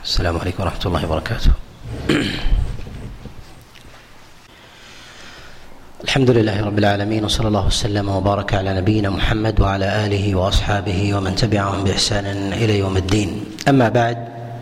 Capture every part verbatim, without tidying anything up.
السلام عليكم ورحمة الله وبركاته. الحمد لله رب العالمين، وصلى الله وسلم وبارك على نبينا محمد وعلى آله وأصحابه ومن تبعهم بإحسان إلى يوم الدين. أما بعد،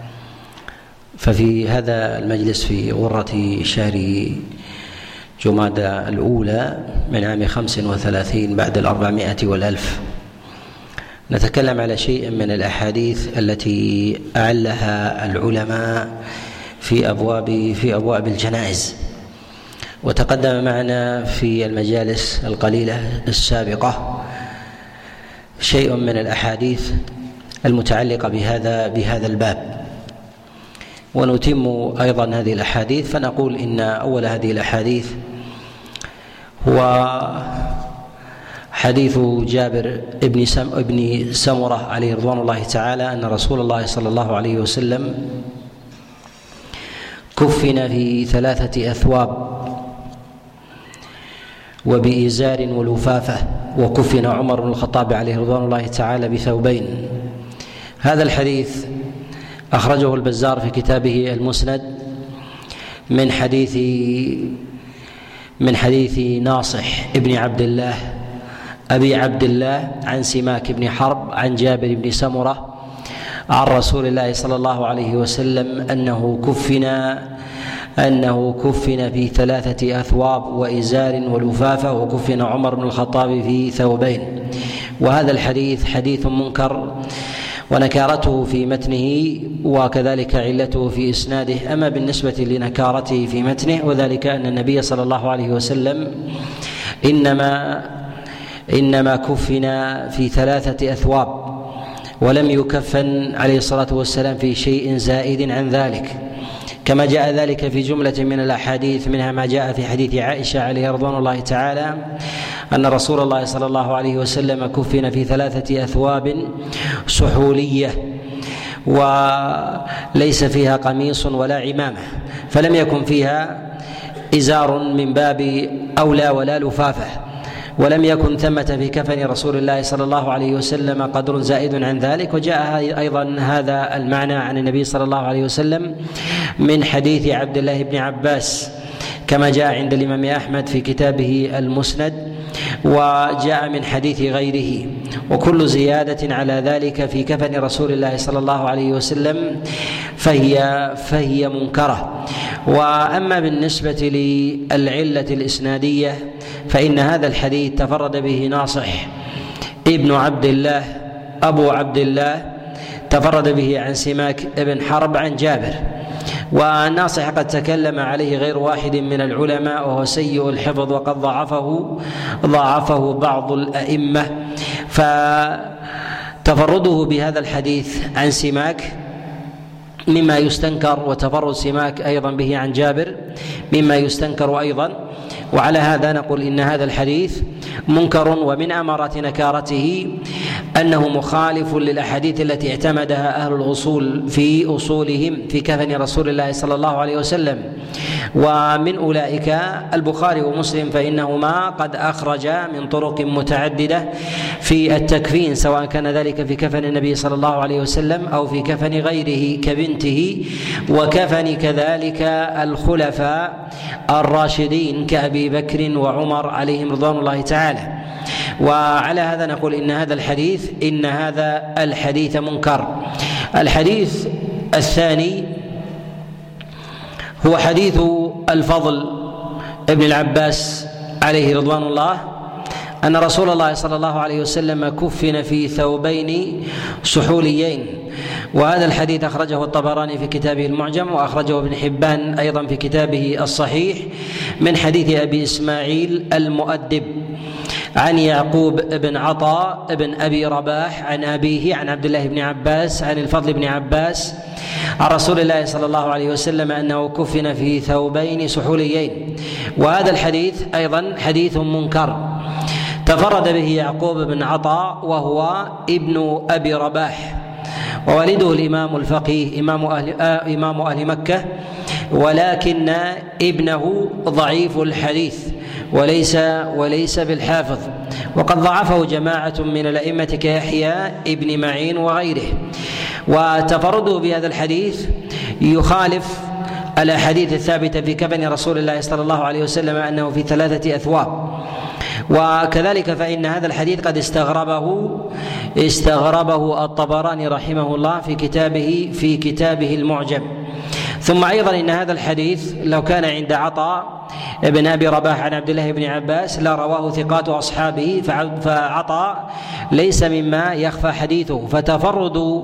ففي هذا المجلس في غرة شهر جمادى الأولى من عام خمس وثلاثين بعد الأربعمائة والألف نتكلم على شيء من الأحاديث التي أعلها العلماء في أبواب في أبواب الجنائز. وتقدم معنا في المجالس القليلة السابقة شيء من الأحاديث المتعلقة بهذا بهذا الباب، ونتم أيضا هذه الأحاديث. فنقول إن أول هذه الأحاديث هو حديث جابر ابن سم ابن سمرة عليه رضوان الله تعالى أن رسول الله صلى الله عليه وسلم كفن في ثلاثة أثواب وبإزار ولفافة، وكفن عمر بن الخطاب عليه رضوان الله تعالى بثوبين. هذا الحديث أخرجه البزار في كتابه المسند من حديث من حديث ناصح ابن عبد الله أبي عبد الله عن سماك بن حرب عن جابر بن سمرة عن رسول الله صلى الله عليه وسلم أنه كفن أنه كفن في ثلاثة أثواب وإزار ولفافة، وكفن عمر بن الخطاب في ثوبين. وهذا الحديث حديث منكر، ونكارته في متنه وكذلك علته في إسناده. أما بالنسبة لنكارته في متنه، وذلك أن النبي صلى الله عليه وسلم إنما إنما كفن في ثلاثة أثواب، ولم يكفن عليه الصلاة والسلام في شيء زائد عن ذلك، كما جاء ذلك في جملة من الأحاديث، منها ما جاء في حديث عائشة عليه رضوان الله تعالى أن رسول الله صلى الله عليه وسلم كفن في ثلاثة أثواب سحولية وليس فيها قميص ولا عمامة، فلم يكن فيها إزار من باب أولى ولا لفافة، ولم يكن ثمة في كفن رسول الله صلى الله عليه وسلم قدر زائد عن ذلك. وجاء أيضا هذا المعنى عن النبي صلى الله عليه وسلم من حديث عبد الله بن عباس، كما جاء عند الإمام أحمد في كتابه المسند، وجاء من حديث غيره. وكل زيادة على ذلك في كفن رسول الله صلى الله عليه وسلم فهي فهي منكرة. وأما بالنسبة للعلة الإسنادية، فإن هذا الحديث تفرد به ناصح ابن عبد الله أبو عبد الله، تفرد به عن سماك ابن حرب عن جابر. والناصح قد تكلم عليه غير واحد من العلماء، وهو سيء الحفظ، وقد ضعفه ضعفه بعض الأئمة. فتفرده بهذا الحديث عن سماك مما يستنكر، وتفرد سماك أيضا به عن جابر مما يستنكر أيضا. وعلى هذا نقول إن هذا الحديث منكر، ومن أمارات نكارته أنه مخالف للأحاديث التي اعتمدها أهل الأصول في أصولهم في كفن رسول الله صلى الله عليه وسلم، ومن أولئك البخاري ومسلم، فإنهما قد أخرجا من طرق متعددة في التكفين، سواء كان ذلك في كفن النبي صلى الله عليه وسلم أو في كفن غيره كبنته، وكفن كذلك الخلفاء الراشدين كأبي بكر وعمر عليهم رضوان الله تعالى. وعلى هذا نقول إن هذا الحديث إن هذا الحديث منكر. الحديث الثاني هو حديث الفضل ابن العباس عليه رضوان الله أن رسول الله صلى الله عليه وسلم كفن في ثوبين سحوليين. وهذا الحديث أخرجه الطبراني في كتابه المعجم، وأخرجه ابن حبان أيضا في كتابه الصحيح من حديث أبي إسماعيل المؤدب عن يعقوب بن عطاء بن أبي رباح عن أبيه عن عبد الله بن عباس عن الفضل بن عباس عن رسول الله صلى الله عليه وسلم أنه كفن في ثوبين سحوليين. وهذا الحديث أيضا حديث منكر، تفرد به يعقوب بن عطاء وهو ابن أبي رباح، ووالده الإمام الفقيه إمام أهل, آه إمام أهل مكة، ولكن ابنه ضعيف الحديث وليس وليس بالحافظ، وقد ضعفه جماعة من الأئمة كيحيى ابن معين وغيره. وتفرده بهذا الحديث يخالف الأحاديث الثابتة في كفن رسول الله صلى الله عليه وسلم أنه في ثلاثة أثواب. وكذلك فإن هذا الحديث قد استغربه استغربه الطبراني رحمه الله في كتابه في كتابه المعجم. ثم أيضا إن هذا الحديث لو كان عند عطاء ابن أبي رباح عن عبد الله بن عباس لا رواه ثقات أصحابه، فعطاء ليس مما يخفى حديثه، فتفرد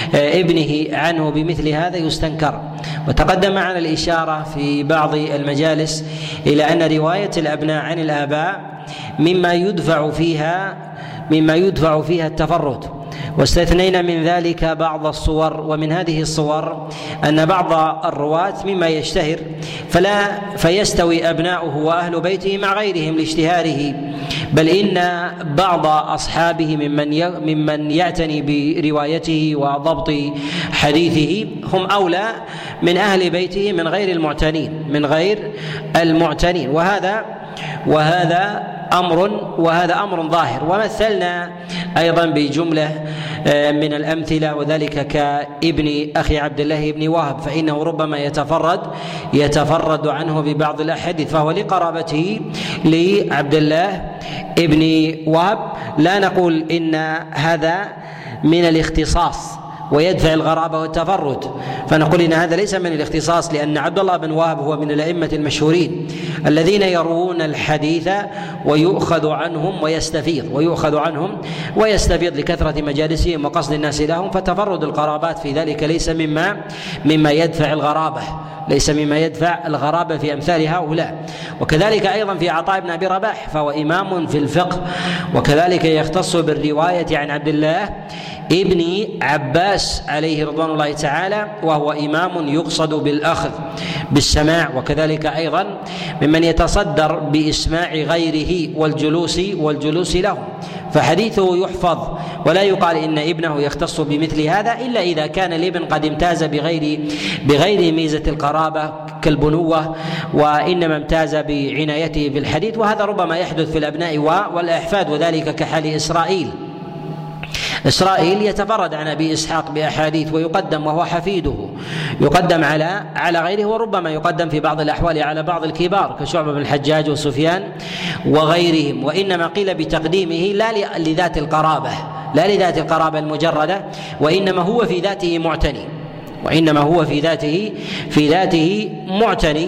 ابنه عنه بمثل هذا يستنكر. وتقدم معنا الإشارة في بعض المجالس إلى أن رواية الأبناء عن الآباء مما يدفع فيها مما يدفع فيها التفرد، واستثنينا من ذلك بعض الصور. ومن هذه الصور أن بعض الرواة مما يشتهر فلا فيستوي أبناؤه وأهل بيته مع غيرهم لاشتهاره، بل إن بعض أصحابه ممن ممن يعتني بروايته وضبط حديثه هم أولى من أهل بيته من غير المعتنين من غير المعتنين وهذا وهذا أمر وهذا أمر ظاهر. ومثلنا أيضا بجملة من الأمثلة، وذلك كابن أخي عبد الله بن وهب، فإنه ربما يتفرد يتفرد عنه ببعض الأحاديث، فهو لقرابته لعبد الله بن وهب. لا نقول إن هذا من الاختصاص ويدفع الغرابة والتفرد، فنقول إن هذا ليس من الاختصاص، لأن عبد الله بن وهب هو من الأئمة المشهورين الذين يروون الحديث ويؤخذ عنهم ويستفيض ويؤخذ عنهم ويستفيض لكثرة مجالسهم وقصد الناس لهم، فتفرد القرابات في ذلك ليس مما مما يدفع الغرابة ليس مما يدفع الغرابة في أمثال هؤلاء. وكذلك أيضا في عطاء بن أبي رباح، فهو إمام في الفقه، وكذلك يختص بالرواية عن عبد الله ابن عباس عليه رضوان الله تعالى، وهو إمام يقصد بالأخذ بالسماع، وكذلك أيضا ممن يتصدر بإسماع غيره والجلوس والجلوس له، فحديثه يحفظ. ولا يقال إن ابنه يختص بمثل هذا إلا إذا كان الابن قد امتاز بغير بغير ميزة القرابة كالبنوة، وإنما امتاز بعنايته بالحديث، وهذا ربما يحدث في الأبناء والأحفاد، وذلك كحال إسرائيل. إسرائيل يتفرد عن أبي إسحاق بأحاديث ويقدم وهو حفيده، يقدم على على غيره، وربما يقدم في بعض الأحوال على بعض الكبار كشعبة بن الحجاج وسفيان وغيرهم، وإنما قيل بتقديمه لا لذات القرابة لا لذات القرابة المجردة، وإنما هو في ذاته معتني وإنما هو في ذاته في ذاته معتني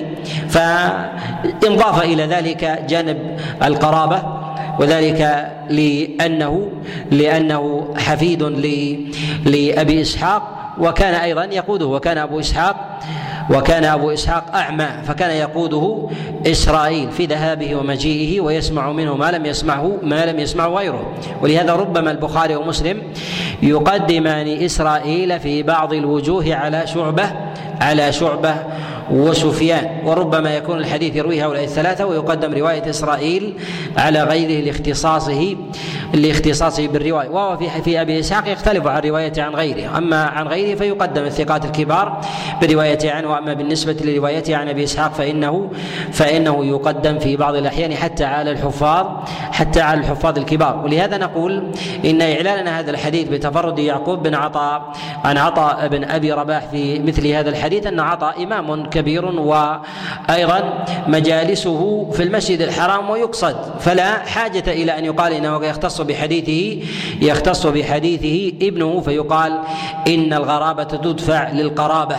فانضاف إلى ذلك جانب القرابة، وذلك لأنه لأنه حفيد لأبي إسحاق، وكان أيضا يقوده وكان أبو إسحاق وكان أبو إسحاق أعمى، فكان يقوده إسرائيل في ذهابه ومجيئه، ويسمع منه ما لم يسمعه ما لم يسمعه غيره. ولهذا ربما البخاري ومسلم يقدمان إسرائيل في بعض الوجوه على شعبة على شعبة وسفيان، وربما يكون الحديث يرويه هؤلاء الثلاثة ويقدم رواية إسرائيل على غيره لاختصاصه لاختصاصه بالرواية. وهو في في أبي إسحاق يختلف عن روايته عن غيره، أما عن غيره فيقدم الثقات الكبار بروايته عنه، وأما بالنسبة لروايته عن أبي إسحاق فإنه فإنه يقدم في بعض الأحيان حتى على الحفاظ حتى على الحفاظ الكبار. ولهذا نقول إن إعلاننا هذا الحديث بتفرد يعقوب بن عطاء عن عطاء بن أبي رباح في مثل هذا الحديث أن عطاء إمام كبير، وأيضا مجالسه في المسجد الحرام ويقصد، فلا حاجة إلى أن يقال إنه يختص بحديثه يختص بحديثه ابنه، فيقال إن الغرابة تدفع للقرابة،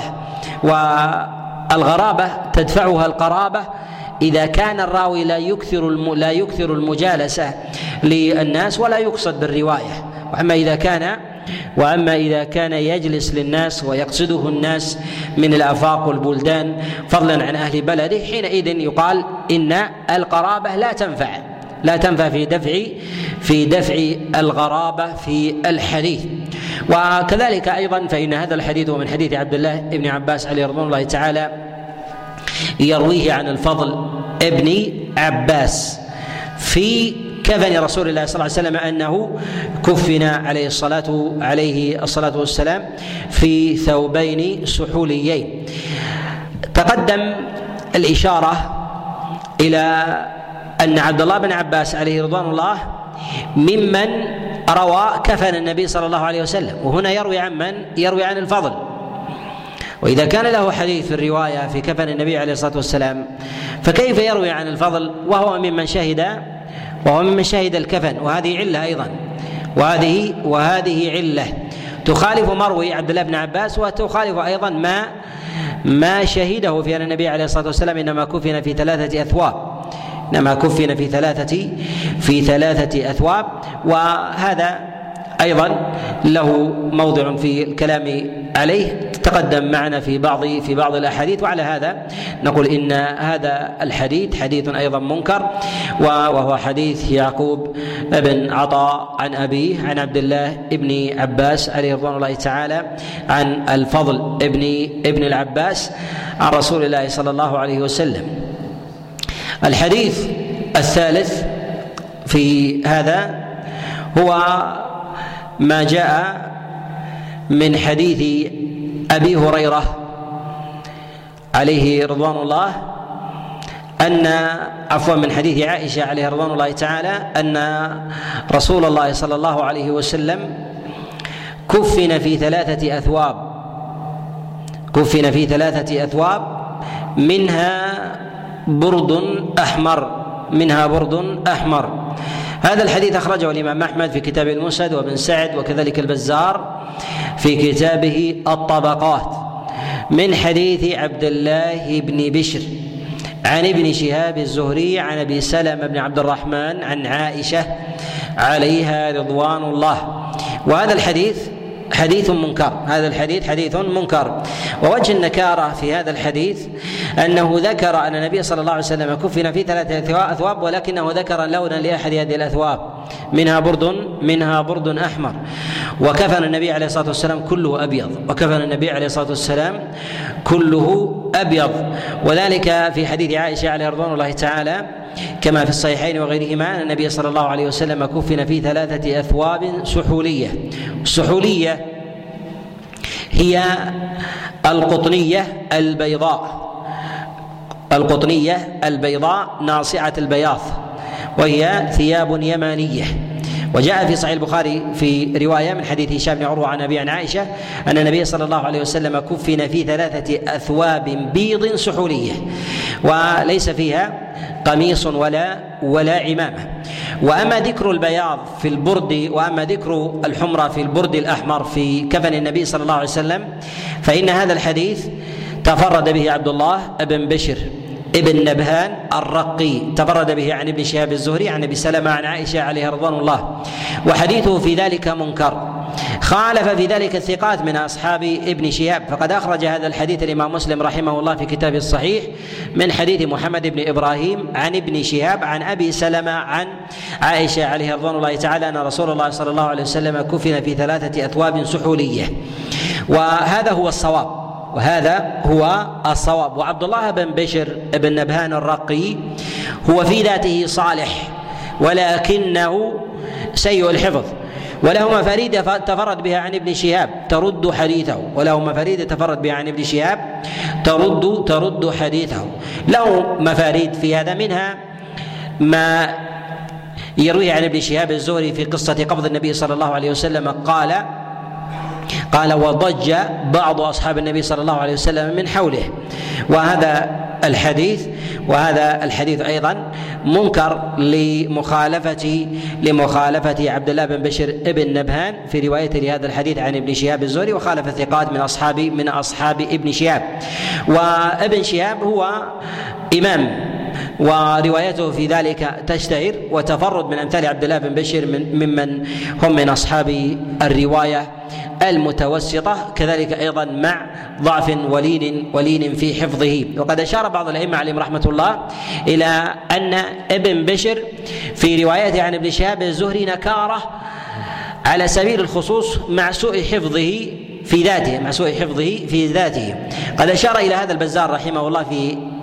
والغرابة تدفعها القرابة إذا كان الراوي لا يكثر لا يكثر المجالسة للناس ولا يقصد بالرواية. وأما إذا كان وأما إذا كان يجلس للناس ويقصده الناس من الآفاق والبلدان فضلا عن أهل بلده، حينئذ يقال إن القرابة لا تنفع لا تنفع في دفع في دفع الغرابة في الحديث. وكذلك أيضا فإن هذا الحديث من حديث عبد الله بن عباس عليه رضوان الله تعالى يرويه عن الفضل ابن عباس في كفن رسول الله صلى الله عليه وسلم أنه كفن عليه الصلاة عليه الصلاة والسلام في ثوبين سحوليين. تقدم الإشارة إلى أن عبد الله بن عباس عليه رضوان الله ممن روى كفن النبي صلى الله عليه وسلم، وهنا يروي عن من؟ يروي عن الفضل. وإذا كان له حديث في الرواية في كفن النبي عليه الصلاة والسلام فكيف يروي عن الفضل وهو ممن شهد وهو ممن شهد الكفن؟ وهذه علة أيضا، وهذه وهذه علة تخالف مروي عبد الله بن عباس، وتخالف أيضا ما ما شهده في أن النبي عليه الصلاة والسلام إنما كفن في ثلاثة أثواب إنما كفن في ثلاثة في ثلاثة أثواب. وهذا أيضا له موضع في الكلام عليه تقدم معنا في بعض في بعض الأحاديث، وعلى هذا نقول إن هذا الحديث حديث أيضا منكر، وهو حديث يعقوب بن عطاء عن أبيه عن عبد الله بن عباس عليه رضوان الله تعالى عن الفضل ابن ابن العباس عن رسول الله صلى الله عليه وسلم. الحديث الثالث في هذا هو ما جاء من حديث أبي هريرة عليه رضوان الله أن عفوا من حديث عائشة عليه رضوان الله تعالى أن رسول الله صلى الله عليه وسلم كفن في ثلاثة أثواب كفن في ثلاثة أثواب منها برد أحمر منها برد أحمر. هذا الحديث أخرجه الإمام أحمد في كتاب المسند وابن سعد وكذلك البزار في كتابه الطبقات من حديث عبد الله بن بشر عن ابن شهاب الزهري عن أبي سلمة بن عبد الرحمن عن عائشة عليها رضوان الله. وهذا الحديث حديث منكر هذا الحديث حديث منكر ووجه النكارة في هذا الحديث أنه ذكر أن النبي صلى الله عليه وسلم كفن في ثلاثة أثواب، ولكنه ذكر لونا لأحد هذه الأثواب منها برد منها برد أحمر، وكفن النبي عليه الصلاة والسلام كله أبيض وكفن النبي عليه الصلاة والسلام كله أبيض وذلك في حديث عائشة عليه رضوان الله تعالى كما في الصحيحين وغيرهما أن النبي صلى الله عليه وسلم كفن في ثلاثة أثواب سحولية. السحولية هي القطنية البيضاء القطنية البيضاء ناصعة البياض، وهي ثياب يمانية. وجاء في صحيح البخاري في رواية من حديث هشام بن عروة عن أبي عن عائشة أن النبي صلى الله عليه وسلم كفن في ثلاثة أثواب بيض سحولية وليس فيها قميص ولا ولا عمامة. وأما ذكر البياض في البرد وأما ذكر الحمرة في البرد الأحمر في كفن النبي صلى الله عليه وسلم فإن هذا الحديث تفرد به عبد الله بن بشر ابن نبهان الرقي تفرد به عن ابن شهاب الزهري عن ابي سلمة عن عائشة عليه رضوان الله، وحديثه في ذلك منكر. خالف في ذلك الثقات من أصحاب ابن شهاب، فقد أخرج هذا الحديث الإمام مسلم رحمه الله في كتابه الصحيح من حديث محمد بن إبراهيم عن ابن شهاب عن أبي سلمة عن عائشة عليه رضوان الله تعالى أن رسول الله صلى الله عليه وسلم كفن في ثلاثة أثواب سحولية، وهذا هو الصواب وهذا هو الصواب. وعبد الله بن بشر بن نبهان الرقي هو في ذاته صالح ولكنه سيء الحفظ، وله مفاريد تفرد بها عن ابن شهاب ترد حديثه وله مفاريد تفرد بها عن ابن شهاب ترد ترد حديثه. له مفاريد في هذا منها ما يرويه عن ابن شهاب الزهري في قصة قبض النبي صلى الله عليه وسلم قال قال وضج بعض أصحاب النبي صلى الله عليه وسلم من حوله. وهذا الحديث وهذا الحديث أيضا منكر لمخالفة لمخالفة عبد الله بن بشر ابن نبهان في روايته لهذا الحديث عن ابن شهاب الزهري، وخالف ثقات من أصحاب من أصحاب ابن شهاب. وابن شهاب هو إمام وروايته في ذلك تشتهر، وتفرد من أمثال عبد الله بن بشر من ممن هم من أصحاب الرواية المتوسطة، كذلك أيضا مع ضعف ولين ولين في حفظه. وقد أشار بعض الأئمة عليهم رحمة الله إلى أن ابن بشر في روايته عن ابن شهاب الزهري نكارة على سبيل الخصوص مع سوء حفظه في ذاته مع سوء حفظه في ذاته. قد أشار إلى هذا البزار رحمه الله في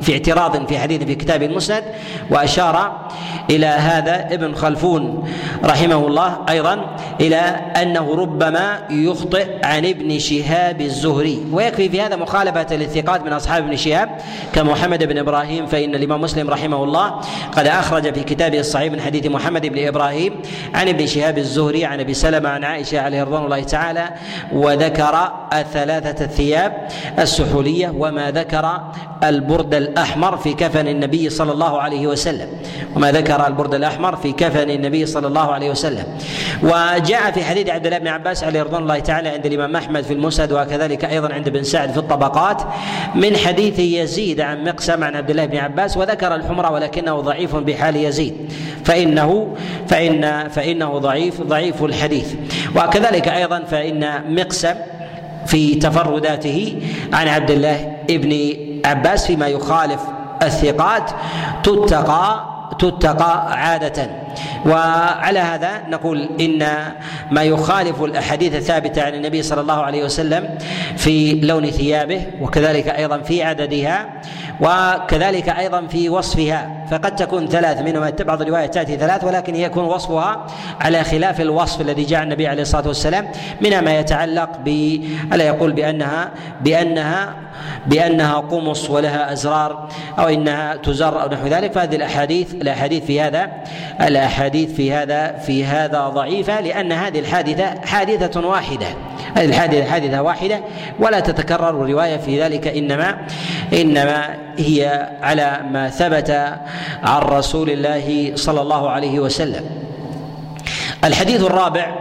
في اعتراض في حديث في كتاب المسند، وأشار إلى هذا ابن خلفون رحمه الله أيضا إلى أنه ربما يخطئ عن ابن شهاب الزهري، ويكفي في هذا مخالفة للثقات من أصحاب ابن شهاب كمحمد بن إبراهيم، فإن الإمام مسلم رحمه الله قد أخرج في كتابه الصحيح من حديث محمد بن إبراهيم عن ابن شهاب الزهري عن أبي سلمة عن عائشة عليه رضوان الله تعالى، وذكر الثلاثة الثياب السحولية وما ذكر البرد الأحمر في كفن النبي صلى الله عليه وسلم وما ذكر البرد الأحمر في كفن النبي صلى الله عليه وسلم. وجاء في حديث عبد الله بن عباس عليه رضوان الله تعالى عند الإمام أحمد في المسند، وكذلك أيضا عند بن سعد في الطبقات من حديث يزيد عن مقسم عن عبد الله بن عباس، وذكر الحمرة ولكنه ضعيف بحال يزيد، فإنه فإن فإنه ضعيف ضعيف الحديث. وكذلك أيضا فإن مقسم في تفرداته عن عبد الله بن عباس فيما يخالف الثقات تتقى تتقى عادة. وعلى هذا نقول إن ما يخالف الأحاديث الثابتة عن النبي صلى الله عليه وسلم في لون ثيابه، وكذلك أيضا في عددها، وكذلك أيضا في وصفها، فقد تكون ثلاث، منها بعض الروايات تأتي ثلاث ولكن يكون وصفها على خلاف الوصف الذي جاء النبي عليه الصلاة والسلام، منها ما يتعلق ب ألا يقول بأنها بأنها بأنها قمص ولها أزرار أو إنها تزر أو نحو ذلك. فهذه الأحاديث الأحاديث في هذا الأحاديث في هذا في هذا ضعيفة، لأن هذه الحادثة حادثة واحدة هذه الحادثة حادثة واحدة ولا تتكرر الرواية في ذلك، إنما إنما هي على ما ثبت عن رسول الله صلى الله عليه وسلم. الحديث الرابع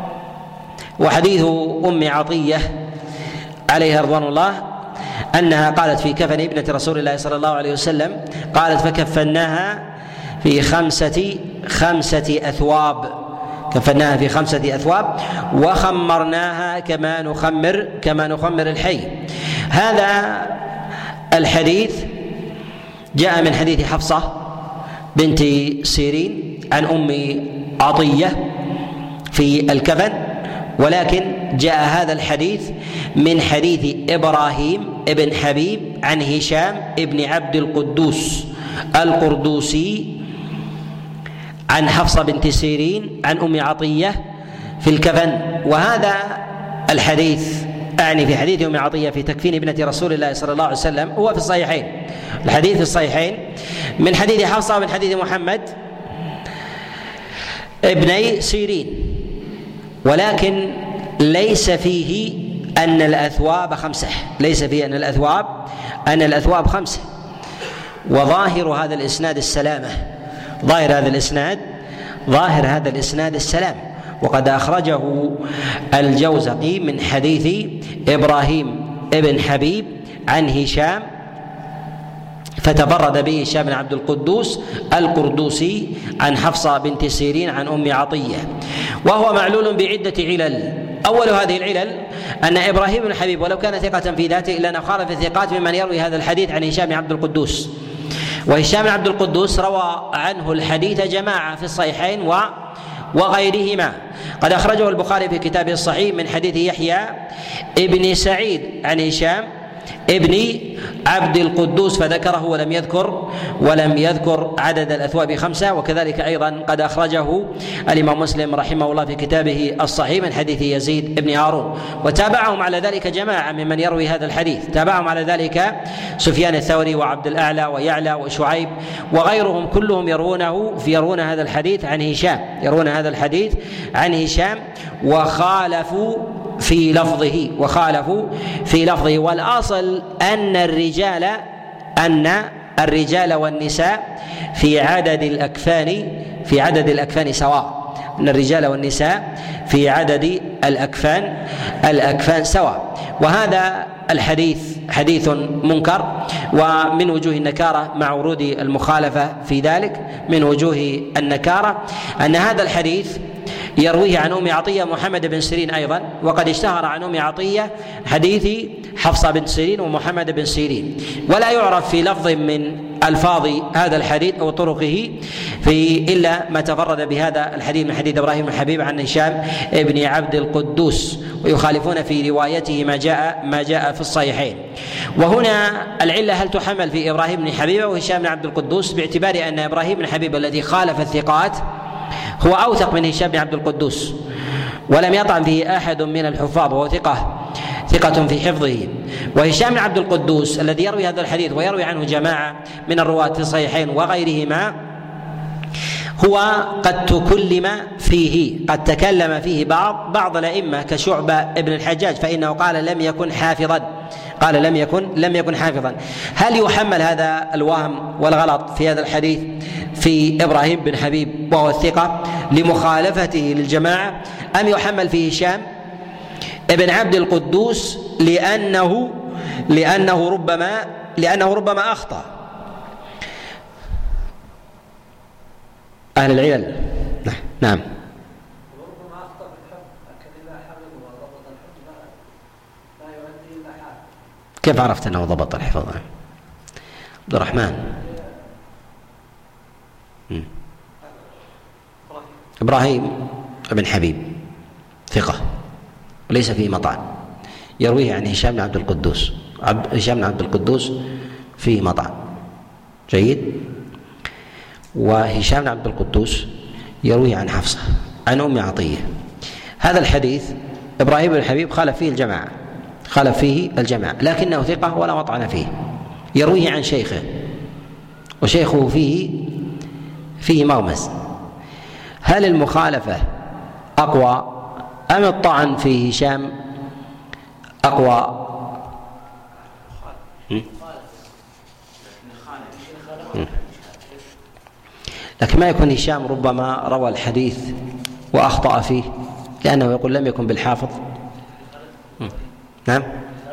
وحديث أم عطية عليها رضوان الله أنها قالت في كفن ابنة رسول الله صلى الله عليه وسلم، قالت فكفناها في خمسة خمسة أثواب كفناها في خمسة أثواب وخمرناها كما نخمر كما نخمر الحي. هذا الحديث جاء من حديث حفصة بنت سيرين عن أم عطية في الكفن، ولكن جاء هذا الحديث من حديث إبراهيم ابن حبيب عن هشام ابن عبد القدوس القردوسي عن حفصة بنت سيرين عن أم عطية في الكفن. وهذا الحديث أعني في حديث أم عطية في تكفين ابنة رسول الله صلى الله عليه وسلم هو في الصحيحين، الحديث في الصحيحين من حديث حفصة ومن حديث محمد ابني سيرين، ولكن ليس فيه أن الأثواب خمسة ليس فيه أن الأثواب أن الأثواب خمسة وظاهر هذا الإسناد السلامة ظاهر هذا الإسناد ظاهر هذا الإسناد السلام وقد أخرجه الجوزقي من حديث إبراهيم ابن حبيب عن هشام فتفرد به هشام بن عبد القدوس القردوسي عن حفصة بنت سيرين عن أم عطية، وهو معلول بعدة علل. أول هذه العلل أن إبراهيم بن حبيب ولو كان ثقة في ذاته إلا أنه خالف الثقات ممن يروي هذا الحديث عن هشام بن عبد القدوس، وهشام بن عبد القدوس روى عنه الحديث جماعة في الصحيحين و وغيرهما. قد أخرجه البخاري في كتابه الصحيح من حديث يحيى ابن سعيد عن هشام ابن عبد القدوس فذكره ولم يذكر ولم يذكر عدد الأثواب خمسة. وكذلك أيضا قد أخرجه الإمام مسلم رحمه الله في كتابه الصحيح من حديث يزيد بن هارون، وتابعهم على ذلك جماعة ممن يروي هذا الحديث، تابعهم على ذلك سفيان الثوري وعبد الأعلى ويعلى وشعيب وغيرهم كلهم يروونه في يرون هذا الحديث عن هشام يرون هذا الحديث عن هشام وخالفوا في لفظه وخالفوا في لفظه والأصل أن الرجال أن الرجال والنساء في عدد الأكفان في عدد الأكفان سواء أن الرجال والنساء في عدد الأكفان الأكفان سواء. وهذا الحديث حديث منكر، ومن وجوه النكارة مع ورود المخالفة في ذلك من وجوه النكارة أن هذا الحديث يرويه عن أم عطية محمد بن سيرين أيضا، وقد اشتهر عن أم عطية حديث حفصة بن سيرين ومحمد بن سيرين، ولا يعرف في لفظ من ألفاظ هذا الحديث أو طرقه في إلا ما تفرد بهذا الحديث من حديث إبراهيم بن حبيب عن هشام بن عبد القدوس، ويخالفون في روايته ما جاء ما جاء في الصحيحين. وهنا العلة هل تحمل في إبراهيم بن حبيبة وهشام بن عبد القدوس، باعتبار أن إبراهيم بن حبيبة الذي خالف الثقات هو أوثق من هشام بن عبد القدوس، ولم يطعن فيه أحد من الحفاظ وهو ثقة ثقة في حفظه. وهشام بن عبد القدوس الذي يروي هذا الحديث ويروي عنه جماعة من الرواة في الصحيحين وغيرهما هو قد تكلم فيه، قد تكلم فيه بعض بعض الأئمة كشعبة ابن الحجاج، فإنه قال لم يكن حافظا قال لم يكن لم يكن حافظا. هل يحمل هذا الوهم والغلط في هذا الحديث في إبراهيم بن حبيب وهو الثقة لمخالفته للجماعة، أم يحمل في هشام ابن عبد القدوس لأنه لأنه ربما لأنه ربما أخطأ؟ أهل العلل نعم. كيف عرفت أنه ضبط الحفظ؟ عبد الرحمن م. إبراهيم بن حبيب ثقة وليس فيه مطعن، يرويه عن هشام بن عبد القدوس، هشام بن عبد القدوس فيه مطعن جيد، وهشام بن عبد القدوس يرويه عن حفصة عن أم عطية. هذا الحديث إبراهيم بن حبيب خالف فيه الجماعة خالف فيه الجماعة لكنه ثقة ولا مطعن فيه، يرويه عن شيخه وشيخه فيه فيه مغمز. هل المخالفة أقوى أم الطعن في هشام أقوى؟ لكن ما يكون هشام ربما روى الحديث وأخطأ فيه لأنه يقول لم يكن بالحافظ. نعم.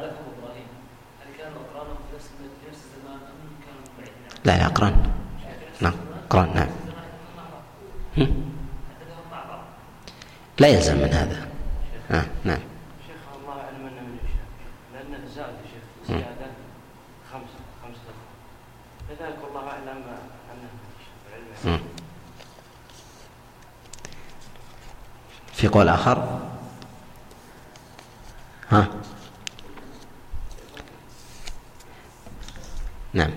لا لا أقران نعم أقران نعم. لا يلزم من هذا. آه. نعم. شيخ الله أعلم أنه من هشام لأنه زاد شيخ زيادة خمسة خمسة لذلك الله أعلم أنه من هشام. في قول آخر ها نعم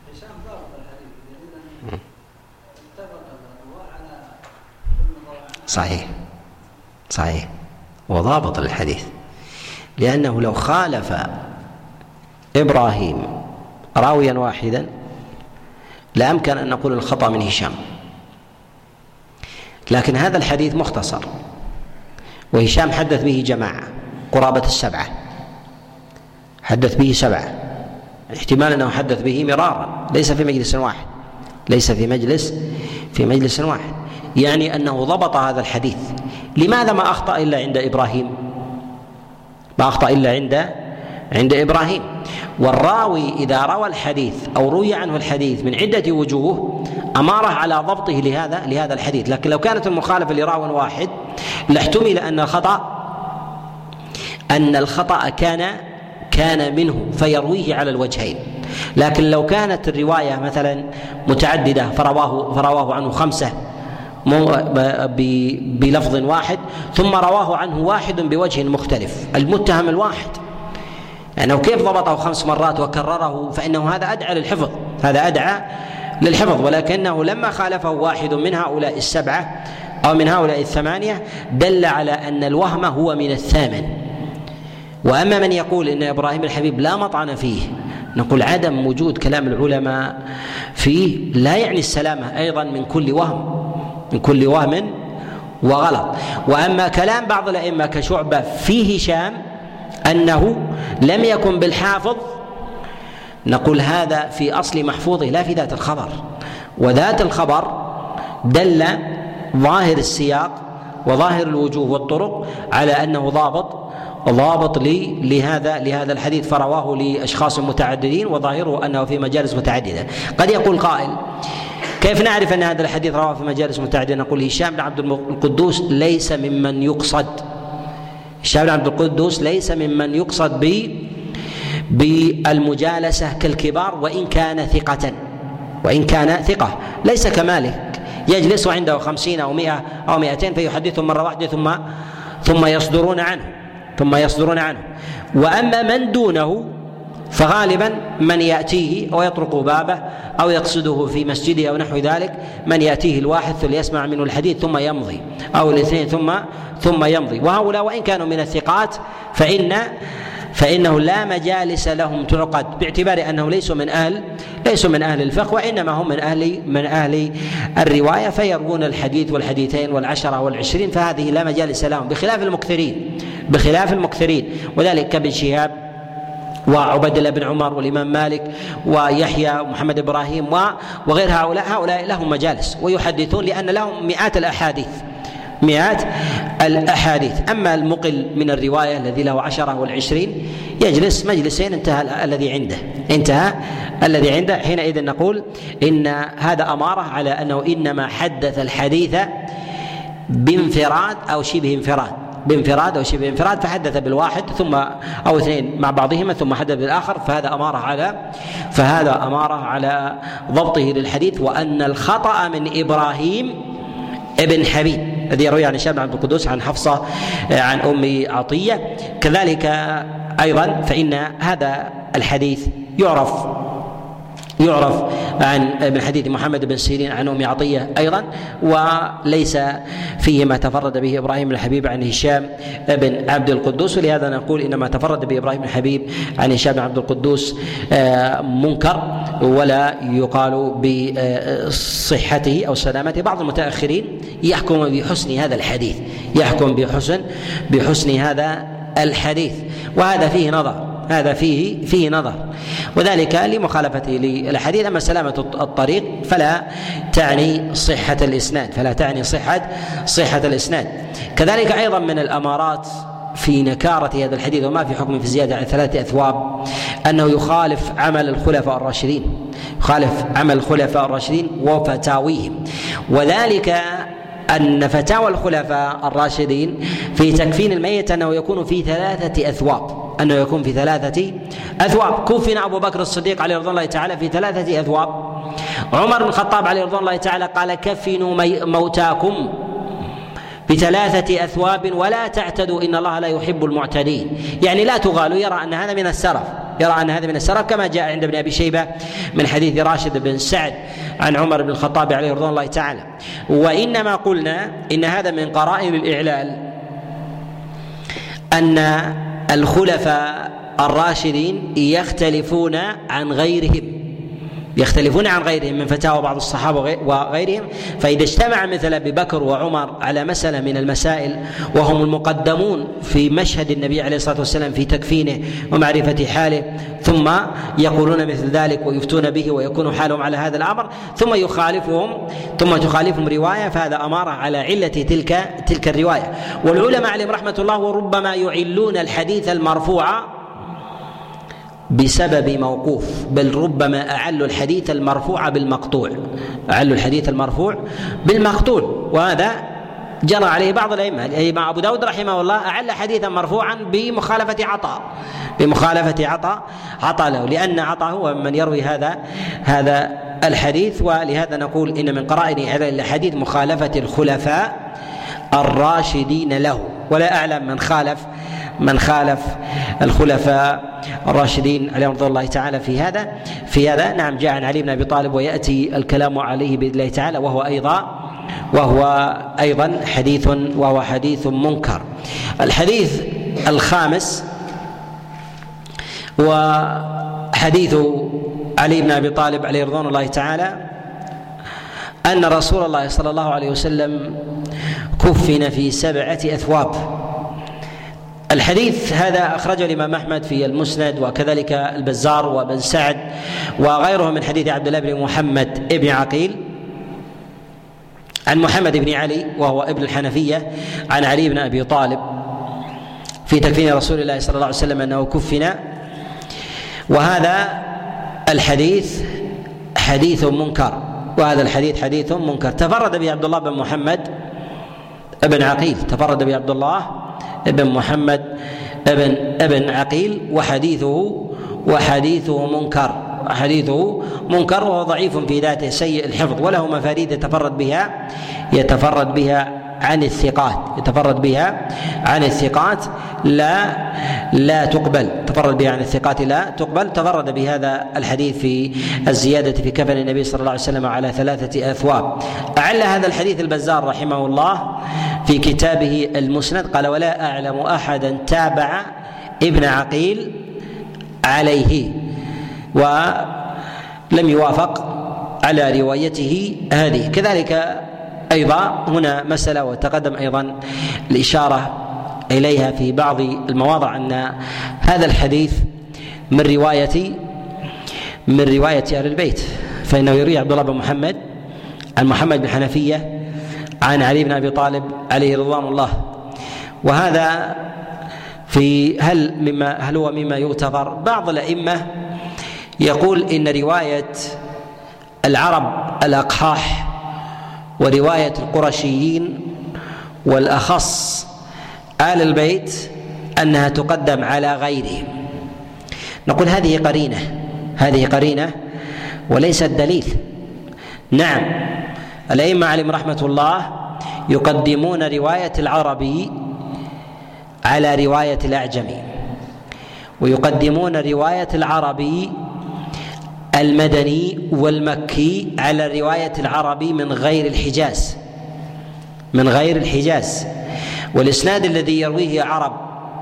صحيح صحيح وضابط الحديث، لأنه لو خالف إبراهيم راويا واحدا لأمكن أن نقول الخطأ من هشام، لكن هذا الحديث مختصر وهشام حدث به جماعة قرابة السبعة، حدث به سبعة، احتمال أنه حدث به مرارا ليس في مجلس واحد ليس في مجلس في مجلس واحد يعني أنه ضبط هذا الحديث. لماذا ما أخطأ إلا عند إبراهيم؟ ما أخطأ إلا عند عند إبراهيم. والراوي إذا روى الحديث أو روي عنه الحديث من عدة وجوه أماره على ضبطه لهذا لهذا الحديث، لكن لو كانت المخالفة لراو واحد لاحتمل أن الخطأ أن الخطأ كان كان منه فيرويه على الوجهين. لكن لو كانت الرواية مثلا متعددة فرواه فرواه عنه خمسة بلفظ واحد ثم رواه عنه واحد بوجه مختلف، المتهم الواحد يعني كيف ضبطه خمس مرات وكرره، فإنه هذا أدعى للحفظ هذا أدعى للحفظ ولكنه لما خالفه واحد من هؤلاء السبعة أو من هؤلاء الثمانية دل على أن الوهم هو من الثامن. وأما من يقول إن إبراهيم الحبيب لا مطعن فيه، نقول عدم وجود كلام العلماء فيه لا يعني السلامة أيضا من كل وهم من كل وهم وغلط. وأما كلام بعض الأئمة كشعبة في هشام أنه لم يكن بالحافظ، نقول هذا في أصل محفوظه لا في ذات الخبر، وذات الخبر دل ظاهر السياق وظاهر الوجوه والطرق على أنه ضابط ضابط لي لهذا لهذا الحديث فرواه لأشخاص متعددين وظاهره أنه في مجالس متعددة. قد يقول قائل كيف نعرف أن هذا الحديث رواه في مجالس متعددة؟ نقول هشام بن عبد القدوس ليس ممن يقصد هشام بن عبد القدوس ليس ممن يقصد ب بالمجالسة كالكبار وإن كان ثقة وإن كان ثقة ليس كمالك يجلس عنده خمسين أو مئة أو مئتين فيحدثهم مرة واحدة ثم ثم يصدرون عنه ثم يصدرون عنه. وأما من دونه فغالبا من يأتيه أو يطرق بابه أو يقصده في مسجده أو نحو ذلك من يأتيه الواحد ليسمع منه الحديث ثم يمضي، أو الاثنين ثم ثم يمضي. وهؤلاء وإن كانوا من الثقات فإن فإنه لا مجالس لهم تعقد باعتبار أنهم ليسوا من أهل ليسوا من أهل الفقه، وإنما هم من أهل من أهل الرواية، فيروون الحديث والحديثين والعشرة والعشرين، فهذه لا مجالس لهم بخلاف المكثرين بخلاف المكثرين وذلك كابن شهاب وعبد الله بن عمر والإمام مالك ويحيى ومحمد إبراهيم وغير هؤلاء. هؤلاء لهم مجالس ويحدثون لأن لهم مئات الأحاديث مئات الأحاديث. أما المقل من الرواية الذي له عشرة والعشرين يجلس مجلسين انتهى الذي عنده انتهى الذي عنده حينئذ نقول إن هذا أمارة على أنه إنما حدث الحديث بانفراد أو شبه انفراد بانفراد أو شبه انفراد، فحدث بالواحد ثم أو اثنين مع بعضهما ثم حدث بالآخر، فهذا أمارة على فهذا أمارة على ضبطه للحديث. وأن الخطأ من إبراهيم ابن حبيب الذي يروي عن هشام بن عبد القدوس عن حفصة عن أم عطية كذلك أيضا، فإن هذا الحديث يعرف يعرف عن من حديث محمد بن سيرين عن أم عطية أيضا، وليس فيه ما تفرد به إبراهيم بن حبيب عن هشام بن عبد القدوس، ولهذا نقول إنما تفرد به إبراهيم بن حبيب عن هشام بن عبد القدوس منكر ولا يقال بصحته أو سلامته. بعض المتأخرين يحكم بحسن هذا الحديث يحكم بحسن بحسن هذا الحديث، وهذا فيه نظر هذا فيه فيه نظر وذلك لمخالفته للحديث. أما سلامة الطريق فلا تعني صحة الإسناد فلا تعني صحة صحة الإسناد. كذلك أيضا من الأمارات في نكارة هذا الحديث وما في حكم في زيادة على ثلاثة أثواب أنه يخالف عمل الخلفاء الراشدين يخالف عمل الخلفاء الراشدين وفتاويهم، وذلك أن فتاوى الخلفاء الراشدين في تكفين الميت أنه يكون في ثلاثة أثواب أنه يكون في ثلاثة أثواب. كفن أبو بكر الصديق عليه رضوان الله تعالى في ثلاثة أثواب. عمر بن الخطاب عليه رضوان الله تعالى قال كفنوا موتاكم بثلاثة أثواب ولا تعتدوا إن الله لا يحب المعتدين، يعني لا تغالوا. يرى أن هذا من السرف يرى أن هذا من السرف كما جاء عند ابن أبي شيبة من حديث راشد بن سعد عن عمر بن الخطاب عليه رضوان الله تعالى. وإنما قلنا إن هذا من قرائن الإعلال أن الخلفاء الراشدين يختلفون عن غيرهم يختلفون عن غيرهم من فتاوى بعض الصحابة وغيرهم، فإذا اجتمع مثل أبي بكر وعمر على مسألة من المسائل وهم المقدمون في مشهد النبي عليه الصلاة والسلام في تكفينه ومعرفة حاله، ثم يقولون مثل ذلك ويفتون به ويكون حالهم على هذا الأمر، ثم يخالفهم ثم تخالفهم رواية، فهذا أمارة على علة تلك تلك الرواية. والعلماء عليهم رحمة الله وربما يعلون الحديث المرفوع بسبب موقوف، بل ربما أعلوا الحديث المرفوع بالمقطوع أعلوا الحديث المرفوع بالمقطوع وهذا جرى عليه بعض الأئمة. الإمام أبو داود رحمه الله أعل حديثا مرفوعا بمخالفة عطاء بمخالفة عطاء عطاء له، لأن عطاء هو من يروي هذا هذا الحديث. ولهذا نقول إن من قرائن إعلان الحديث مخالفة الخلفاء الراشدين له، ولا أعلم من خالف من خالف الخلفاء الراشدين عليهم رضي الله تعالى في هذا في هذا نعم جاء عن علي بن ابي طالب وياتي الكلام عليه باذن الله تعالى، وهو ايضا وهو ايضا حديث وهو حديث منكر. الحديث الخامس وحديث علي بن ابي طالب عليه رضوان الله تعالى ان رسول الله صلى الله عليه وسلم كفن في سبعة اثواب. الحديث هذا أخرجه الإمام أحمد في المسند وكذلك البزار وابن سعد وغيره من حديث عبد الله بن محمد ابن عقيل عن محمد بن علي وهو ابن الحنفية عن علي بن أبي طالب في تكفين رسول الله صلى الله عليه وسلم أنه كفن. وهذا الحديث حديث منكر وهذا الحديث حديث منكر تفرد به عبد الله بن محمد ابن عقيل تفرد به عبد الله ابن محمد ابن ابن عقيل وحديثه وحديثه منكر حديثه منكر وهو ضعيف في ذاته سيء الحفظ، وله مفاريد يتفرد بها يتفرد بها عن الثقات يتفرد بها عن الثقات لا لا تقبل تفرد بها عن الثقات لا تقبل. تفرد بهذا الحديث في الزيادة في كفن النبي صلى الله عليه وسلم على ثلاثة أثواب. أعل هذا الحديث البزار رحمه الله في كتابه المسند قال: ولا أعلم أحدا تابع ابن عقيل عليه ولم يوافق على روايته هذه. كذلك أيضا هنا مسألة وتقدم أيضا الإشارة إليها في بعض المواضع أن هذا الحديث من رواية من رواية أهل البيت، فإنه يروي عبد الله بن محمد عن محمد بن حنفية عن علي بن أبي طالب عليه رضوان الله. وهذا في هل مما هل هو مما يغتفر؟ بعض الأئمة يقول إن رواية العرب الأقحاح ورواية القرشيين والأخص آل البيت أنها تقدم على غيرهم. نقول هذه قرينة هذه قرينة وليست دليل. نعم الأئمة عليهم رحمة الله يقدمون رواية العربي على رواية الأعجمي، ويقدمون رواية العربي المدني والمكي على رواية العربي من غير الحجاز من غير الحجاز والإسناد الذي يرويه عرب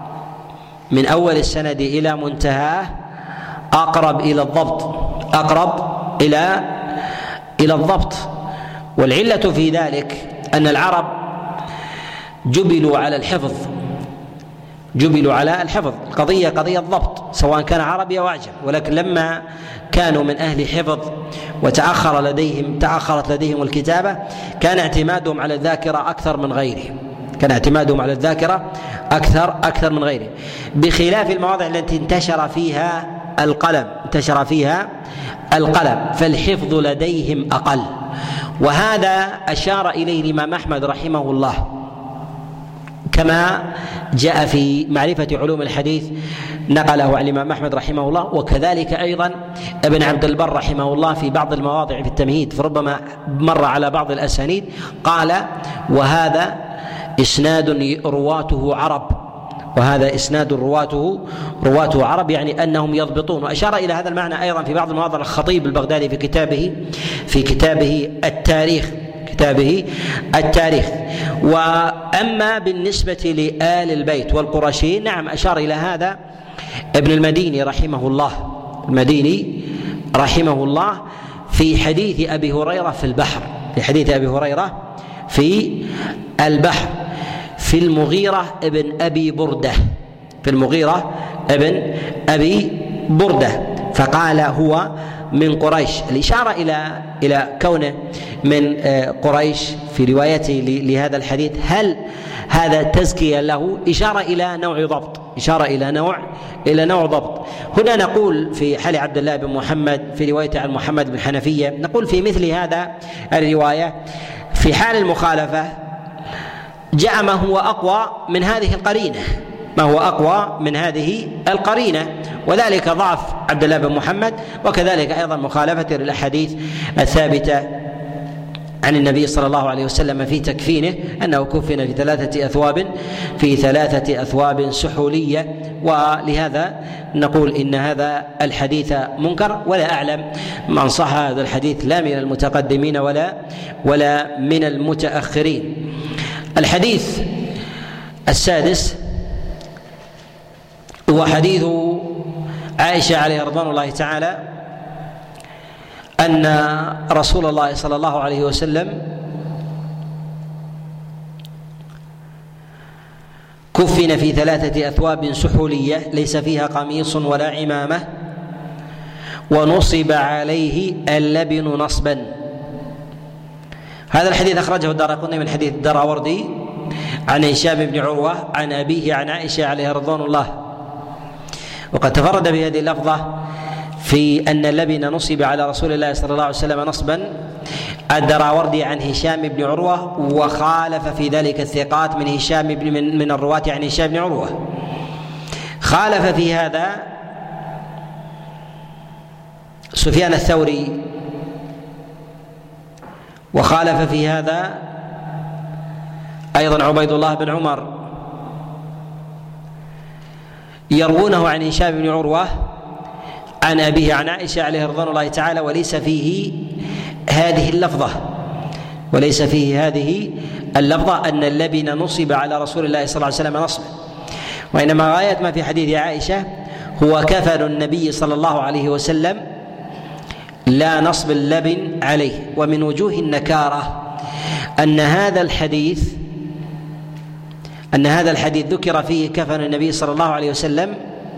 من أول السند إلى منتهاه أقرب إلى الضبط أقرب إلى إلى الضبط. والعلة في ذلك أن العرب جبلوا على الحفظ جبلوا على الحفظ القضية قضية ضبط سواء كان عربي أو أعجم، ولكن لما كانوا من أهل حفظ وتأخر لديهم تأخرت لديهم الكتابة كان اعتمادهم على الذاكرة أكثر من غيرهم كان اعتمادهم على الذاكرة أكثر أكثر من غيره، بخلاف المواضع التي انتشر فيها القلم انتشر فيها القلم فالحفظ لديهم أقل. وهذا أشار إليه الإمام أحمد رحمه الله كما جاء في معرفة علوم الحديث نقله عن الإمام أحمد رحمه الله، وكذلك أيضا ابن عبد البر رحمه الله في بعض المواضع في التمهيد فربما مر على بعض الأسانيد قال: وهذا إسناد رواته عرب وهذا إسناد رواته رواته عرب يعني أنهم يضبطون. وأشار إلى هذا المعنى أيضا في بعض المواضع الخطيب البغدادي في كتابه في كتابه التاريخ كتابه التاريخ. وأما بالنسبة لآل البيت والقرشيين نعم أشار إلى هذا ابن المديني رحمه الله المديني رحمه الله في حديث أبي هريرة في البحر في حديث أبي هريرة في البحر في المغيرة ابن أبي بردة في المغيرة ابن أبي بردة فقال هو من قريش، الإشارة إلى إلى كونه من قريش في روايته لهذا الحديث. هل هذا تزكية له؟ إشارة إلى نوع ضبط إشارة إلى نوع إلى نوع ضبط. هنا نقول في حال عبد الله بن محمد في روايته عن محمد بن حنفية نقول في مثل هذا الرواية في حال المخالفة جاء ما هو أقوى من هذه القرينة ما هو أقوى من هذه القرينة وذلك ضعف عبد الله بن محمد، وكذلك أيضا مخالفة للأحاديث الثابتة عن النبي صلى الله عليه وسلم في تكفينه أنه كفن في ثلاثة أثواب في ثلاثة أثواب سحولية. ولهذا نقول إن هذا الحديث منكر، ولا أعلم من صح هذا الحديث لا من المتقدمين ولا ولا من المتأخرين. الحديث السادس هو حديث عائشة عليه رضوان الله تعالى أن رسول الله صلى الله عليه وسلم كفن في ثلاثة أثواب سحولية ليس فيها قميص ولا عمامة ونصب عليه اللبن نصبا. هذا الحديث أخرجه الدارقطني من حديث الدراوردي عن هشام بن عروة عن أبيه عن عائشة عليه رضوان الله، وقد تفرد بهذه اللفظة في أن اللبن نصب على رسول الله صلى الله عليه وسلم نصبا الدراوردي عن هشام بن عروة، وخالف في ذلك الثقات من هشام بن من, من الرواة عن هشام بن عروة. خالف في هذا سفيان الثوري، وخالف في هذا أيضا عبيد الله بن عمر يروونه عن هشام بن عروة عن أبيه عن عائشة عليه رضوان الله تعالى، وليس فيه هذه اللفظة وليس فيه هذه اللفظة أن اللبن نصب على رسول الله صلى الله عليه وسلم نصبا، وإنما غاية ما في حديث عائشة هو كفن النبي صلى الله عليه وسلم لا نصب اللبن عليه. ومن وجوه النكارة أن هذا الحديث أن هذا الحديث ذكر فيه كفن النبي صلى الله عليه وسلم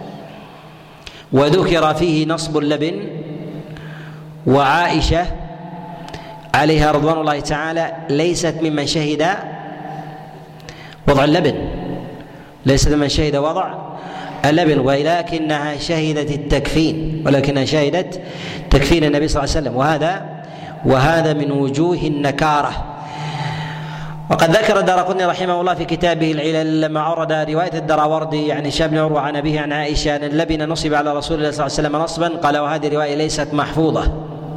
وذكر فيه نصب اللبن، وعائشة عليها رضوان الله تعالى ليست ممن شهد وضع اللبن ليست ممن شهد وضع اللبن ولكنها شهدت التكفين ولكنها شهدت تكفين النبي صلى الله عليه وسلم، وهذا وهذا من وجوه النكارة. وقد ذكر الدارقطني رحمه الله في كتابه العلل لما عرض رواية الدراوردي عن هشام بن عروة عن أبيه عن عائشة أن اللبن نصب على رسول الله صلى الله عليه وسلم نصبا، قال وهذه الرواية ليست محفوظة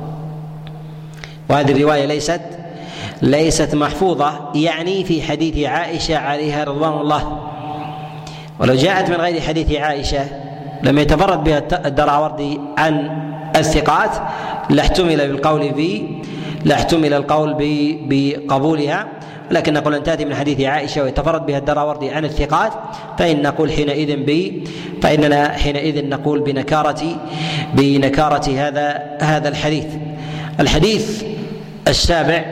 وهذه الرواية ليست ليست محفوظة يعني في حديث عائشة عليها رضوان الله. ولو جاءت من غير حديث عائشة لم يتفرد بها الدراوردي عن الثقات لاحتمل بالقول ب لاحتمل القول بقبولها، لكن نقول أن تأتي من حديث عائشة ويتفرد بها الدراوردي عن الثقات فإن نقول حينئذ ب فإننا حينئذ نقول بنكارة بنكارة هذا هذا الحديث. الحديث السابع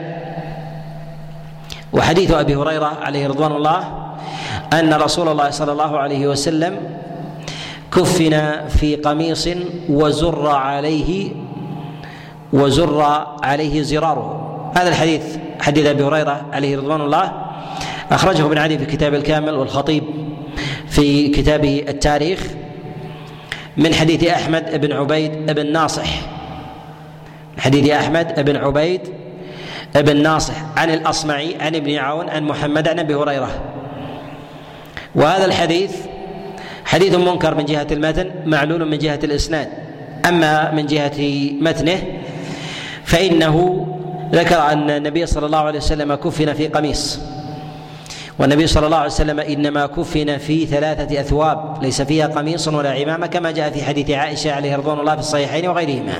وحديث أبي هريرة عليه رضوان الله أن رسول الله صلى الله عليه وسلم كفن في قميص وزر عليه وزر عليه زراره. هذا الحديث حديث أبي هريرة عليه رضوان الله أخرجه ابن عدي في كتاب الكامل والخطيب في كتابه التاريخ من حديث أحمد بن عبيد بن ناصح حديث أحمد بن عبيد بن ناصح عن الأصمعي عن ابن عون عن محمد عن أبي هريرة. وهذا الحديث حديث منكر من جهة المتن معلول من جهة الإسناد، أما من جهة متنه فإنه ذكر أن النبي صلى الله عليه وسلم كفن في قميص، والنبي صلى الله عليه وسلم إنما كفن في ثلاثة أثواب ليس فيها قميص ولا عمامة كما جاء في حديث عائشة عليه رضوان الله في الصحيحين وغيرهما.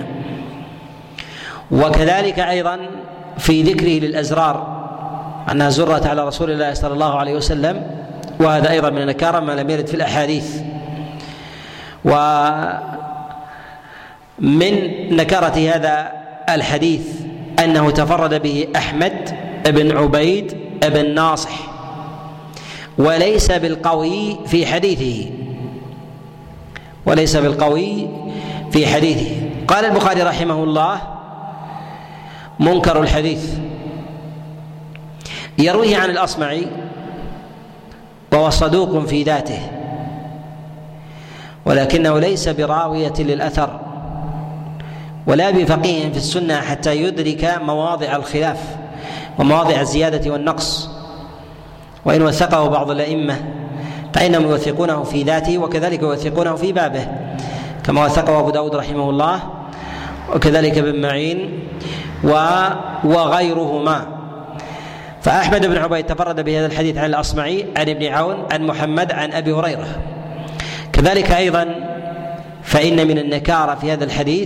وكذلك أيضا في ذكره للأزرار أنها زرت على رسول الله صلى الله عليه وسلم، وهذا أيضا من النكارة ما لم يرد في الأحاديث. ومن نكارة هذا الحديث أنه تفرد به أحمد بن عبيد بن ناصح وليس بالقوي في حديثه وليس بالقوي في حديثه. قال البخاري رحمه الله منكر الحديث يرويه عن الأصمعي وهو صدوق في ذاته ولكنه ليس براوية للأثر ولا بفقيه في السنة حتى يدرك مواضع الخلاف ومواضع الزيادة والنقص، وإن وثقه بعض الأئمة فإنهم يوثقونه في ذاته وكذلك يوثقونه في بابه كما وثقه أبو داود رحمه الله وكذلك ابن معين وغيرهما. فأحمد بن عبيد تفرد بهذا الحديث عن الأصمعي عن ابن عون عن محمد عن أبي هريرة. كذلك أيضا فإن من النكارة في هذا الحديث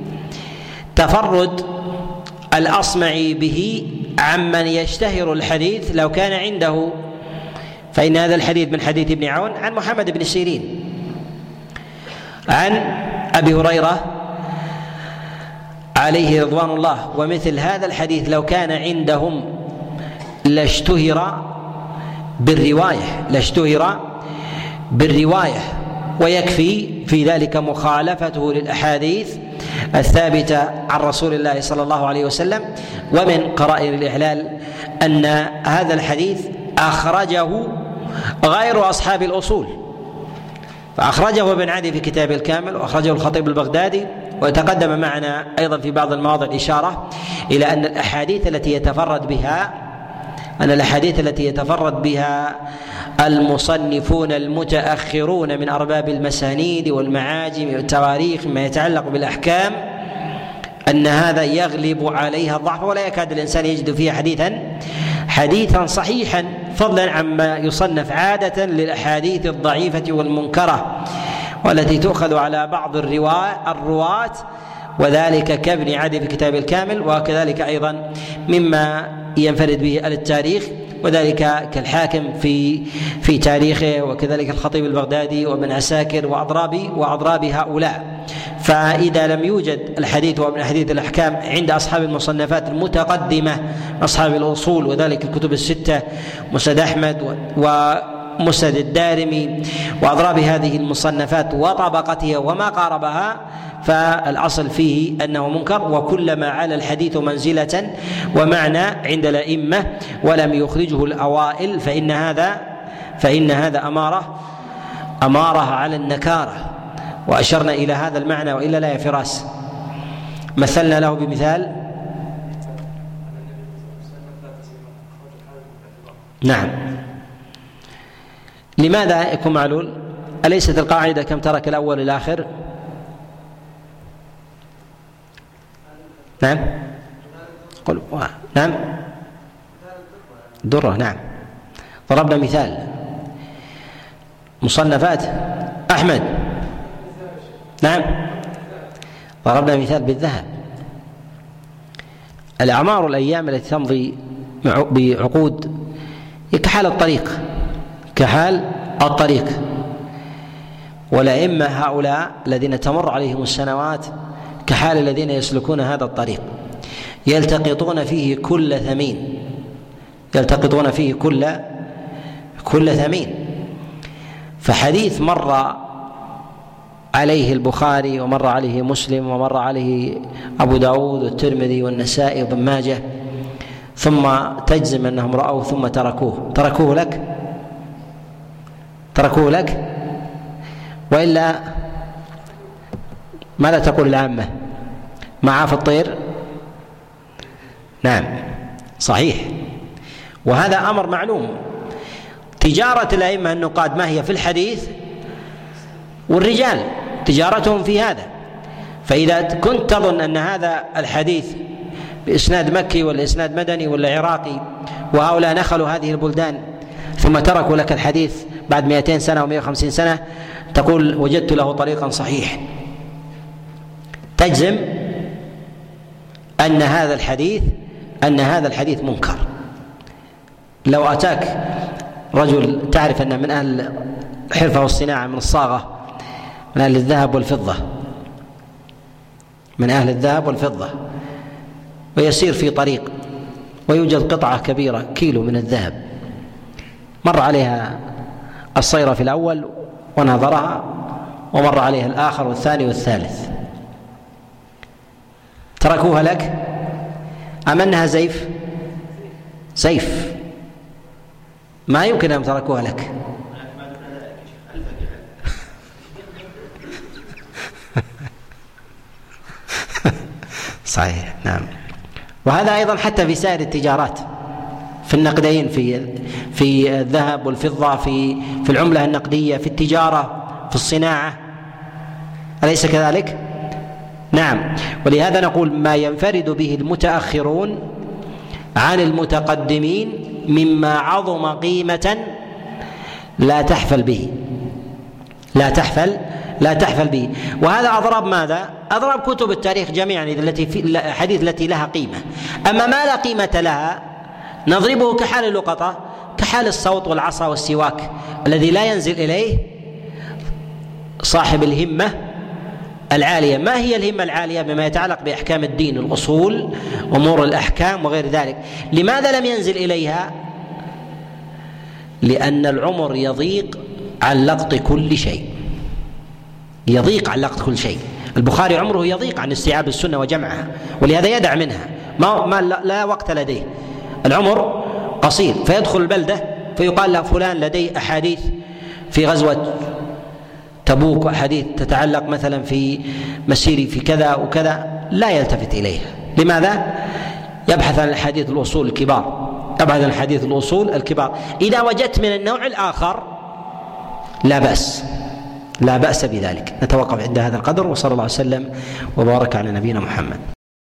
تفرد الأصمعي به عمن يشتهر الحديث لو كان عنده، فإن هذا الحديث من حديث ابن عون عن محمد بن سيرين عن أبي هريرة عليه رضوان الله، ومثل هذا الحديث لو كان عندهم لاشتهر بالرواية لاشتهر بالرواية ويكفي في ذلك مخالفته للأحاديث الثابتة عن رسول الله صلى الله عليه وسلم. ومن قرائن الإعلال أن هذا الحديث أخرجه غير أصحاب الأصول، فأخرجه ابن عدي في كتاب الكامل وأخرجه الخطيب البغدادي، وتقدم معنا أيضا في بعض المواضع الإشارة إلى أن الأحاديث التي يتفرد بها أن الأحاديث التي يتفرد بها المصنفون المتأخرون من أرباب المسانيد والمعاجم والتواريخ مما يتعلق بالأحكام أن هذا يغلب عليها الضعف، ولا يكاد الإنسان يجد فيها حديثا حديثا صحيحا فضلا عما يصنف عادة للأحاديث الضعيفة والمنكرة والتي تؤخذ على بعض الرواة، وذلك كابن عدي في كتاب الكامل، وكذلك أيضا مما ينفرد به التاريخ، وذلك كالحاكم في في تاريخه، وكذلك الخطيب البغدادي وابن عساكر وأضراب وأضراب هؤلاء. فإذا لم يوجد الحديث وابن أحاديث الأحكام عند أصحاب المصنفات المتقدمة أصحاب الأصول، وذلك الكتب الستة مسند أحمد ومسند الدارمي وأضراب هذه المصنفات وطبقتها وما قاربها، فالأصل فيه أنه منكر، وكلما على الحديث منزلة ومعنى عند الأئمة ولم يخرجه الأوائل فإن هذا فإن هذا أمارة أمارة على النكارة، وأشرنا إلى هذا المعنى وإلا لا يا فراس. مثلنا له بمثال. نعم. لماذا يكون معلول؟ أليست القاعدة كم ترك الأول الآخر؟ نعم. قل نعم. درة. نعم. ضربنا مثال مصنفات أحمد. نعم. ضربنا مثال بالذهب. الأعمار الأيام التي تمضي بعقود كحال الطريق كحال الطريق والأئمة هؤلاء الذين تمر عليهم السنوات كحال الذين يسلكون هذا الطريق، يلتقطون فيه كل ثمين يلتقطون فيه كل كل ثمين. فحديث مر عليه البخاري ومر عليه مسلم ومر عليه أبو داود والترمذي والنسائي وابن ماجه، ثم تجزم أنهم رأوه ثم تركوه تركوه لك تركوه لك وإلا ماذا تقول العامة؟ معاه في الطير. نعم صحيح. وهذا أمر معلوم. تجارة الأئمة النقاد ما هي في الحديث والرجال، تجارتهم في هذا. فإذا كنت تظن أن هذا الحديث بإسناد مكي ولا إسناد مدني ولا عراقي، وهؤلاء نخلوا هذه البلدان ثم تركوا لك الحديث بعد مئتين سنة ومئة وخمسين سنة، تقول وجدت له طريقا صحيح، تجزم أن هذا الحديث أن هذا الحديث منكر. لو أتاك رجل تعرف أنه من أهل الحرفة والصناعة، من الصاغة، من أهل الذهب والفضة من أهل الذهب والفضة ويسير في طريق ويوجد قطعة كبيرة كيلو من الذهب، مر عليها الصيرة في الأول ونظرها، ومر عليها الآخر والثاني والثالث، تركوها لك أم أنها زيف؟ زيف، ما يمكن أن تركوها لك. صحيح. نعم. وهذا أيضا حتى في سائر التجارات، في النقدين، في في الذهب والفضة، في في العملة النقدية، في التجارة، في الصناعة، أليس كذلك؟ نعم. ولهذا نقول ما ينفرد به المتأخرون عن المتقدمين مما عظم قيمة لا تحفل به لا تحفل لا تحفل به. وهذا أضرب ماذا؟ أضرب كتب التاريخ جميعا التي في الحديث التي لها قيمة. أما ما لا قيمة لها نضربه كحال اللقطة، كحال الصوت والعصا والسواك الذي لا ينزل إليه صاحب الهمة العالية. ما هي الهمة العالية؟ بما يتعلق بأحكام الدين، الأصول، أمور الأحكام وغير ذلك. لماذا لم ينزل إليها؟ لأن العمر يضيق عن لقط كل شيء يضيق عن لقط كل شيء. البخاري عمره يضيق عن استيعاب السنة وجمعها، ولهذا يدع منها، ما, ما لا وقت لديه، العمر قصير، فيدخل البلدة فيقال له فلان لديه أحاديث في غزوة تبوك وأحاديث تتعلق مثلا في مسيري في كذا وكذا، لا يلتفت إليها. لماذا؟ يبحث عن الحديث الأصول الكبار يبحث عن الحديث الأصول الكبار. إذا وجدت من النوع الآخر لا بأس لا بأس بذلك. نتوقف عند هذا القدر، وصلى الله عليه وسلم وبارك على نبينا محمد.